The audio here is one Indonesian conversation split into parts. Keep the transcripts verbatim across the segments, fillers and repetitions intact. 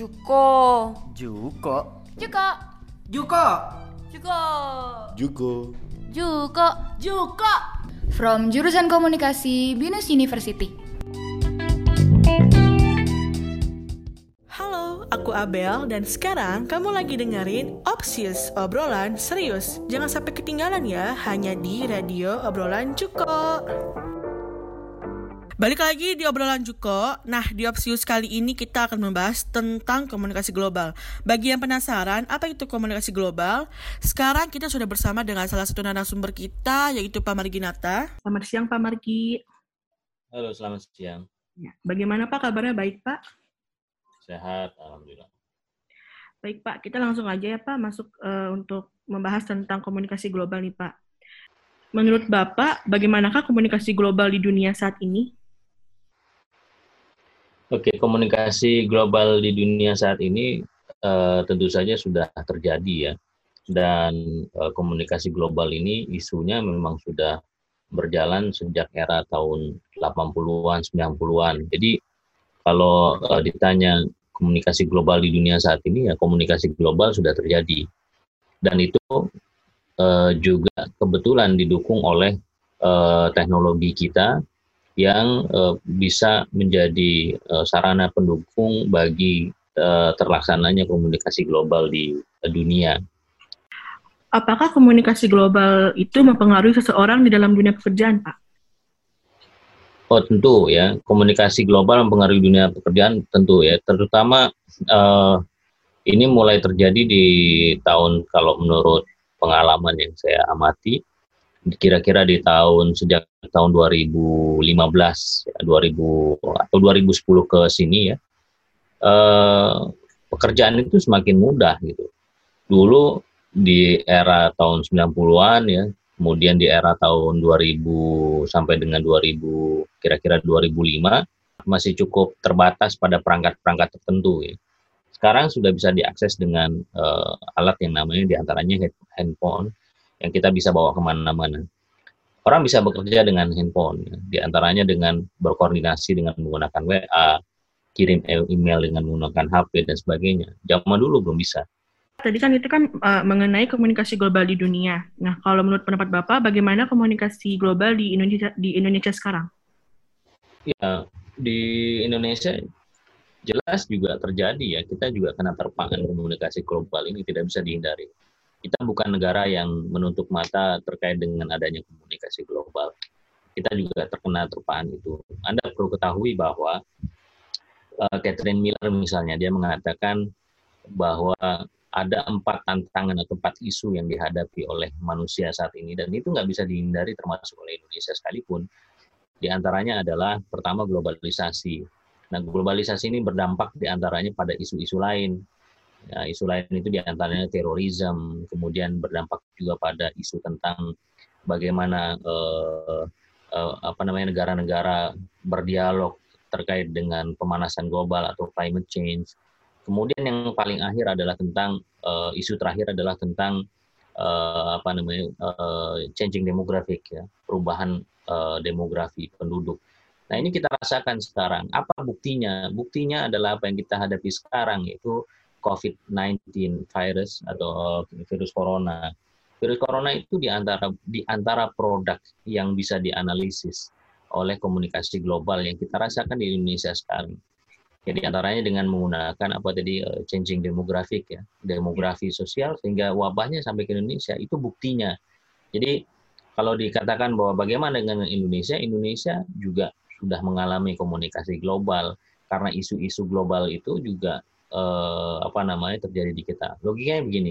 Juko. Juko. Juko. Juko. Juko. Juko. Juko. Juko. From jurusan Komunikasi Binus University. Halo, aku Abel dan sekarang kamu lagi dengerin Opsius, obrolan serius. Jangan sampai ketinggalan ya, hanya di Radio Obrolan Juko. Balik lagi di obrolan Juko. Nah, di Opsius kali ini kita akan membahas tentang komunikasi global. Bagi yang penasaran, apa itu komunikasi global? Sekarang kita sudah bersama dengan salah satu narasumber kita, yaitu Pak Margi Nata. Selamat siang, Pak Margi. Halo, selamat siang. Ya, bagaimana Pak kabarnya? Baik, Pak? Sehat, alhamdulillah. Baik, Pak. Kita langsung aja ya, Pak, masuk uh, untuk membahas tentang komunikasi global nih, Pak. Menurut Bapak, bagaimanakah komunikasi global di dunia saat ini? Oke, komunikasi global di dunia saat ini uh, tentu saja sudah terjadi ya. Dan uh, komunikasi global ini isunya memang sudah berjalan sejak era tahun delapan puluhan, sembilan puluhan. Jadi kalau uh, ditanya komunikasi global di dunia saat ini, ya komunikasi global sudah terjadi. Dan itu uh, juga kebetulan didukung oleh uh, teknologi kita yang uh, bisa menjadi uh, sarana pendukung bagi uh, terlaksananya komunikasi global di uh, dunia. Apakah komunikasi global itu mempengaruhi seseorang di dalam dunia pekerjaan, Pak? Oh tentu ya, komunikasi global mempengaruhi dunia pekerjaan tentu ya, terutama uh, ini mulai terjadi di tahun, kalau menurut pengalaman yang saya amati, kira-kira di tahun sejak tahun dua ribu lima belas, dua ribu atau dua ribu sepuluh ke sini ya, eh, pekerjaan itu semakin mudah gitu. Dulu di era tahun sembilan puluhan ya, kemudian di era tahun dua ribu sampai dengan dua ribu, kira-kira dua ribu lima masih cukup terbatas pada perangkat-perangkat tertentu ya. Sekarang sudah bisa diakses dengan eh, alat yang namanya diantaranya handphone, yang kita bisa bawa kemana-mana. Orang bisa bekerja dengan handphone, ya. Di antaranya dengan berkoordinasi dengan menggunakan W A, kirim email dengan menggunakan H P, dan sebagainya. Zaman dulu belum bisa. Tadi kan itu kan uh, mengenai komunikasi global di dunia. Nah, kalau menurut pendapat Bapak, bagaimana komunikasi global di Indonesia di Indonesia sekarang? Ya, di Indonesia jelas juga terjadi ya. Kita juga kena terpaan komunikasi global ini, tidak bisa dihindari. Kita bukan negara yang menutup mata terkait dengan adanya komunikasi global. Kita juga terkena terpaan itu. Anda perlu ketahui bahwa uh, Catherine Miller misalnya, dia mengatakan bahwa ada empat tantangan atau empat isu yang dihadapi oleh manusia saat ini, dan itu nggak bisa dihindari termasuk oleh Indonesia sekalipun. Di antaranya adalah pertama globalisasi. Nah, globalisasi ini berdampak di antaranya pada isu-isu lain. Ya, isu lain itu diantaranya terorisme, kemudian berdampak juga pada isu tentang bagaimana eh, eh, apa namanya negara-negara berdialog terkait dengan pemanasan global atau climate change. Kemudian yang paling akhir adalah tentang eh, isu terakhir adalah tentang eh, apa namanya eh, changing demographic ya, perubahan eh, demografi penduduk. Nah, ini kita rasakan sekarang. Apa buktinya? Buktinya adalah apa yang kita hadapi sekarang, yaitu covid sembilan belas virus atau virus corona. Virus corona itu di antara di antara produk yang bisa dianalisis oleh komunikasi global yang kita rasakan di Indonesia sekarang. Jadi antaranya dengan menggunakan apa tadi changing demographic ya, demografi sosial, sehingga wabahnya sampai ke Indonesia, itu buktinya. Jadi kalau dikatakan bahwa bagaimana dengan Indonesia, Indonesia juga sudah mengalami komunikasi global karena isu-isu global itu juga Eh, apa namanya terjadi di kita. Logikanya begini,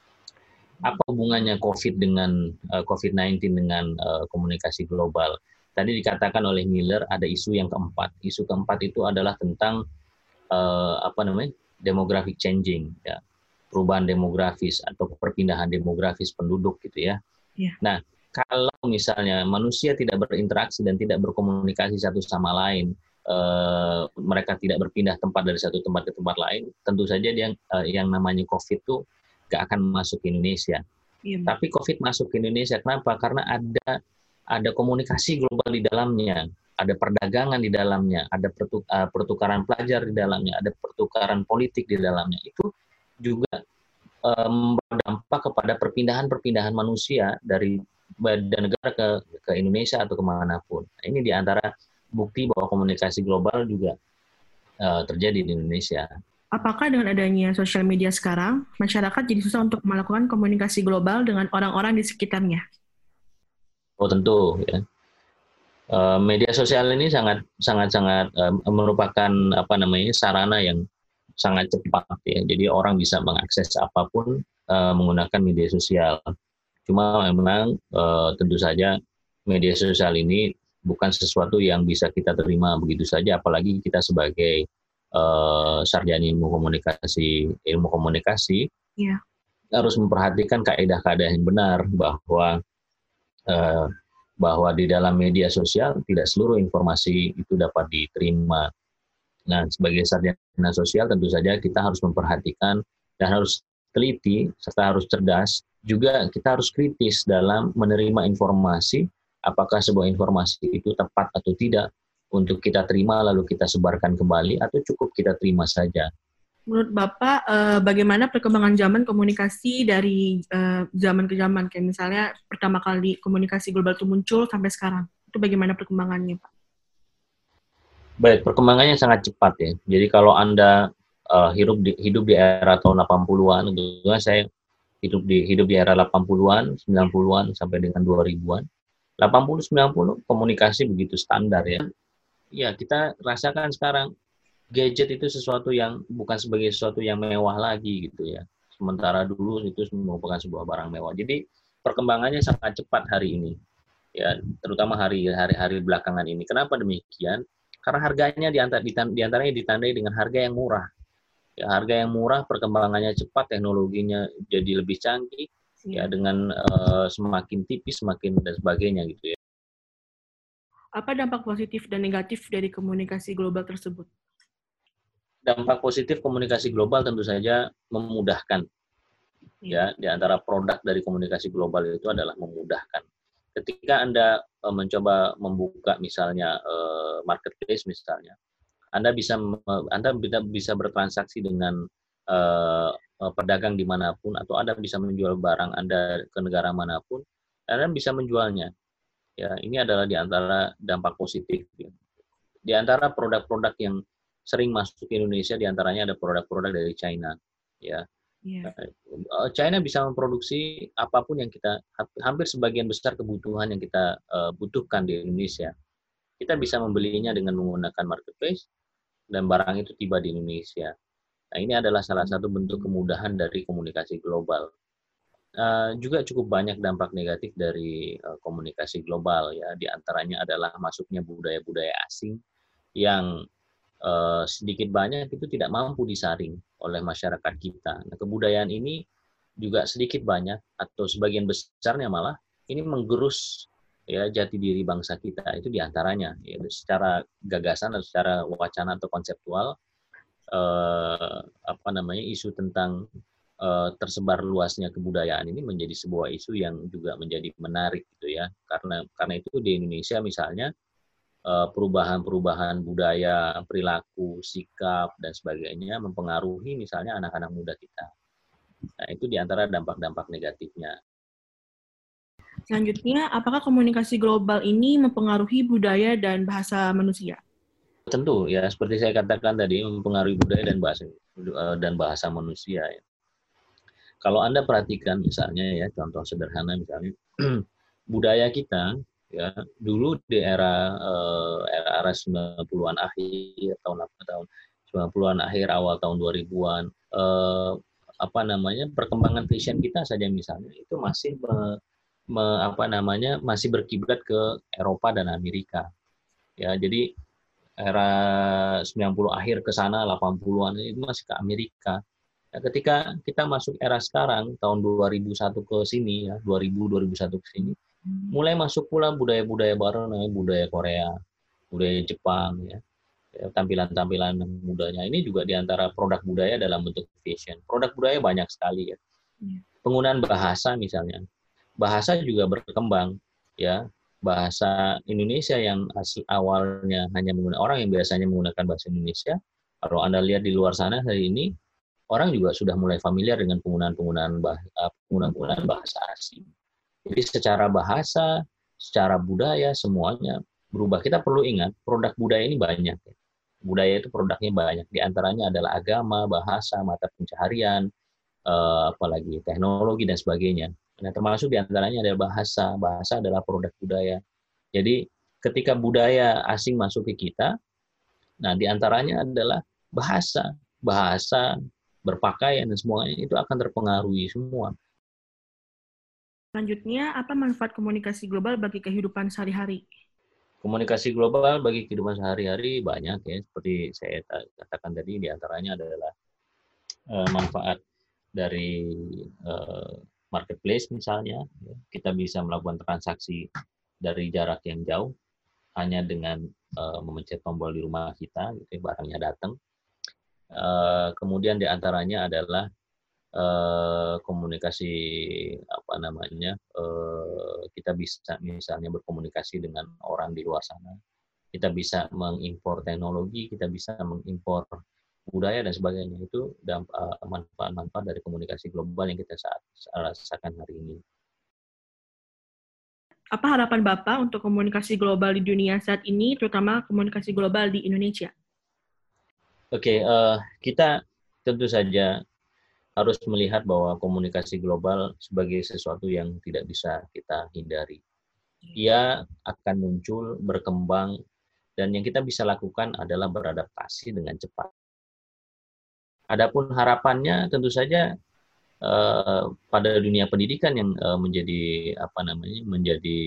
apa hubungannya COVID dengan eh, covid sembilan belas dengan eh, komunikasi global? Tadi dikatakan oleh Miller ada isu yang keempat. Isu keempat itu adalah tentang eh, apa namanya demographic changing, ya, perubahan demografis atau perpindahan demografis penduduk gitu ya. Yeah. Nah, kalau misalnya manusia tidak berinteraksi dan tidak berkomunikasi satu sama lain, Uh, mereka tidak berpindah tempat dari satu tempat ke tempat lain, tentu saja dia uh, yang namanya COVID itu nggak akan masuk ke Indonesia. Iya. Tapi COVID masuk ke Indonesia, kenapa? Karena ada ada komunikasi global di dalamnya. ada perdagangan di dalamnya, ada pertuk- uh, pertukaran pelajar di dalamnya, ada pertukaran politik di dalamnya. Itu juga um, berdampak kepada perpindahan-perpindahan manusia dari badan negara ke, ke Indonesia atau kemanapun. Nah, ini di antara bukti bahwa komunikasi global juga uh, terjadi di Indonesia. Apakah dengan adanya sosial media sekarang, masyarakat jadi susah untuk melakukan komunikasi global dengan orang-orang di sekitarnya? Oh tentu, ya. Uh, media sosial ini sangat sangat sangat uh, merupakan apa namanya sarana yang sangat cepat, ya. Jadi orang bisa mengakses apapun uh, menggunakan media sosial. Cuma memang uh, tentu saja media sosial ini bukan sesuatu yang bisa kita terima begitu saja, apalagi kita sebagai Uh, sarjana ilmu komunikasi, ilmu komunikasi yeah. harus memperhatikan kaidah-kaidah yang benar bahwa uh, bahwa di dalam media sosial tidak seluruh informasi itu dapat diterima. Nah, sebagai sarjana sosial tentu saja kita harus memperhatikan dan harus teliti serta harus cerdas. Juga kita harus kritis dalam menerima informasi, apakah sebuah informasi itu tepat atau tidak untuk kita terima lalu kita sebarkan kembali atau cukup kita terima saja. Menurut Bapak, eh, bagaimana perkembangan zaman komunikasi dari eh, zaman ke zaman? Kayak misalnya pertama kali komunikasi global itu muncul sampai sekarang. Itu bagaimana perkembangannya, Pak? Baik, perkembangannya sangat cepat ya. Jadi kalau Anda uh, hidup di hidup di era tahun delapan puluhan, tentunya saya hidup di hidup di era delapan puluhan, sembilan puluhan sampai dengan dua ribuan. delapan puluh sembilan puluh komunikasi begitu standar ya. Ya, kita rasakan sekarang gadget itu sesuatu yang bukan sebagai sesuatu yang mewah lagi gitu ya. Sementara dulu itu merupakan sebuah barang mewah. Jadi perkembangannya sangat cepat hari ini. Ya, terutama hari hari-hari belakangan ini. Kenapa demikian? Karena harganya diantar, diantaranya ditandai dengan harga yang murah. Ya, harga yang murah, perkembangannya cepat, teknologinya jadi lebih canggih, ya, ya dengan uh, semakin tipis, semakin dan sebagainya gitu ya. Apa dampak positif dan negatif dari komunikasi global tersebut? Dampak positif komunikasi global tentu saja memudahkan. Ya, di antara produk dari komunikasi global itu adalah memudahkan. Ketika Anda uh, mencoba membuka misalnya uh, marketplace misalnya, Anda bisa uh, Anda bisa bertransaksi dengan uh, uh, pedagang dimanapun, atau Anda bisa menjual barang Anda ke negara manapun, Anda bisa menjualnya. Ya, ini adalah di antara dampak positif. Ya. Di antara produk-produk yang sering masuk ke Indonesia, di antaranya ada produk-produk dari China. Ya, yeah. China bisa memproduksi apapun yang kita, hampir sebagian besar kebutuhan yang kita uh, butuhkan di Indonesia. Kita bisa membelinya dengan menggunakan marketplace dan barang itu tiba di Indonesia. Nah, ini adalah salah satu bentuk kemudahan dari komunikasi global. Uh, juga cukup banyak dampak negatif dari uh, komunikasi global ya, di antaranya adalah masuknya budaya-budaya asing yang uh, sedikit banyak itu tidak mampu disaring oleh masyarakat kita. Nah, kebudayaan ini juga sedikit banyak atau sebagian besarnya malah ini menggerus ya jati diri bangsa kita. Itu di antaranya ya, secara gagasan atau secara wacana atau konseptual uh, apa namanya isu tentang tersebar luasnya kebudayaan ini menjadi sebuah isu yang juga menjadi menarik gitu ya, karena karena itu di Indonesia misalnya perubahan-perubahan budaya, perilaku, sikap dan sebagainya mempengaruhi misalnya anak-anak muda kita. Nah, itu di antara dampak-dampak negatifnya. Selanjutnya, apakah komunikasi global ini mempengaruhi budaya dan bahasa manusia? Tentu ya, seperti saya katakan tadi, mempengaruhi budaya dan bahasa dan bahasa manusia ya. Kalau Anda perhatikan misalnya ya, contoh sederhana misalnya budaya kita ya, dulu di era uh, era, era sembilan puluhan akhir tahun tahun sembilan puluhan akhir awal tahun dua ribuan uh, apa namanya perkembangan fashion kita saja misalnya itu masih me, me, apa namanya masih berkiblat ke Eropa dan Amerika. Ya, jadi era sembilan puluh akhir ke sana delapan puluhan itu masih ke Amerika. Nah, ketika kita masuk era sekarang tahun dua ribu satu ke sini ya, dua ribu dua ribu satu ke sini, mulai masuk pula budaya-budaya baru namanya budaya Korea, budaya Jepang ya. Tampilan-tampilan mudanya ini juga diantara produk budaya dalam bentuk fashion. Produk budaya banyak sekali ya. Penggunaan bahasa misalnya. Bahasa juga berkembang ya. bahasa Indonesia yang asli awalnya hanya menggunakan orang yang biasanya menggunakan bahasa Indonesia. Kalau Anda lihat di luar sana hari ini, orang juga sudah mulai familiar dengan penggunaan-penggunaan bahasa, penggunaan bahasa asing. Jadi secara bahasa, secara budaya semuanya berubah. Kita perlu ingat produk budaya ini banyak. Budaya itu produknya banyak. Di antaranya adalah agama, bahasa, mata pencaharian, eh, apalagi teknologi dan sebagainya. Nah, termasuk di antaranya adalah bahasa. Bahasa adalah produk budaya. Jadi ketika budaya asing masuk ke kita, nah di antaranya adalah bahasa. Bahasa, berpakaian, dan semuanya itu akan terpengaruhi semua. Selanjutnya, apa manfaat komunikasi global bagi kehidupan sehari-hari? Komunikasi global bagi kehidupan sehari-hari banyak ya. Seperti saya katakan tadi, di antaranya adalah uh, manfaat dari uh, marketplace misalnya, kita bisa melakukan transaksi dari jarak yang jauh hanya dengan uh, memencet tombol di rumah kita, gitu, barangnya datang. Uh, kemudian diantaranya adalah uh, komunikasi apa namanya, uh, kita bisa misalnya berkomunikasi dengan orang di luar sana. Kita bisa mengimpor teknologi, kita bisa mengimpor budaya dan sebagainya. Itu manfaat-manfaat dari komunikasi global yang kita saat rasakan hari ini. Apa harapan Bapak untuk komunikasi global di dunia saat ini, terutama komunikasi global di Indonesia? Oke, okay, uh, kita tentu saja harus melihat bahwa komunikasi global sebagai sesuatu yang tidak bisa kita hindari. Ia akan muncul, berkembang, dan yang kita bisa lakukan adalah beradaptasi dengan cepat. Adapun harapannya tentu saja eh, pada dunia pendidikan yang eh, menjadi apa namanya menjadi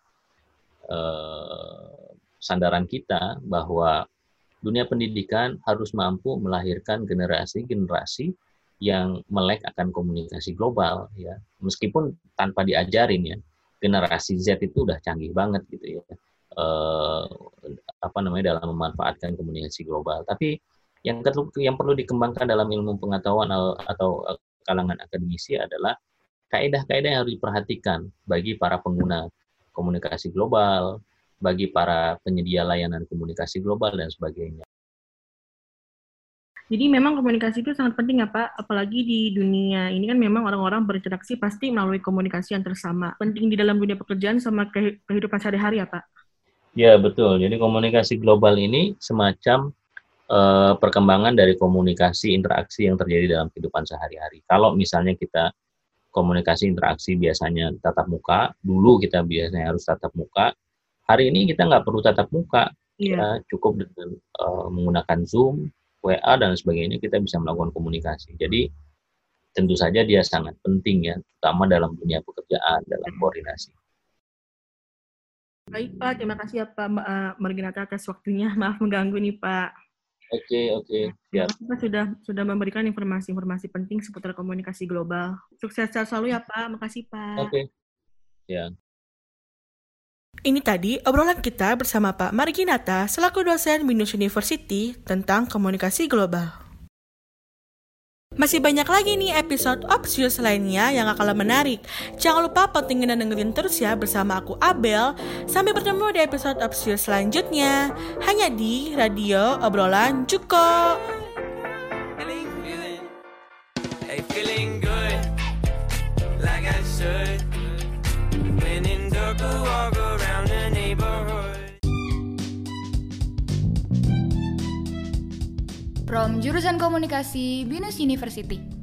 eh, sandaran kita, bahwa dunia pendidikan harus mampu melahirkan generasi-generasi yang melek akan komunikasi global ya. Meskipun tanpa diajarin ya, generasi Z itu udah canggih banget gitu ya. Eh, apa namanya dalam memanfaatkan komunikasi global. Tapi yang yang perlu dikembangkan dalam ilmu pengetahuan atau kalangan akademisi adalah kaidah-kaidah yang harus diperhatikan bagi para pengguna komunikasi global, bagi para penyedia layanan komunikasi global dan sebagainya. Jadi memang komunikasi itu sangat penting ya Pak, apalagi di dunia ini kan memang orang-orang berinteraksi pasti melalui komunikasi yang tersama. Penting di dalam dunia pekerjaan sama kehidupan sehari-hari ya Pak? Ya betul, jadi komunikasi global ini semacam uh, perkembangan dari komunikasi interaksi yang terjadi dalam kehidupan sehari-hari. Kalau misalnya kita komunikasi interaksi biasanya tatap muka, dulu kita biasanya harus tatap muka, hari ini kita nggak perlu tatap muka, yeah. Kita cukup dengan uh, menggunakan Zoom, W A dan sebagainya, kita bisa melakukan komunikasi. Jadi tentu saja dia sangat penting ya, terutama dalam dunia pekerjaan, dalam koordinasi. Baik Pak, terima kasih ya Pak uh, Marginata atas waktunya. Maaf mengganggu nih Pak. Oke okay, oke. Okay. Terima kasih Pak sudah sudah memberikan informasi-informasi penting seputar komunikasi global. Sukses selalu ya Pak. Makasih Pak. Oke. Okay. Ya. Ini tadi obrolan kita bersama Pak Marginata selaku dosen Binus University tentang komunikasi global. Masih banyak lagi nih episode Opsius lainnya yang gak kalah menarik. Jangan lupa pentingin dan dengerin terus ya bersama aku Abel. Sampai bertemu di episode Opsius selanjutnya hanya di Radio Obrolan Juko. Hey, feeling good, like I should. When in dark, walk around the neighborhood. From Jurusan Komunikasi Binus University.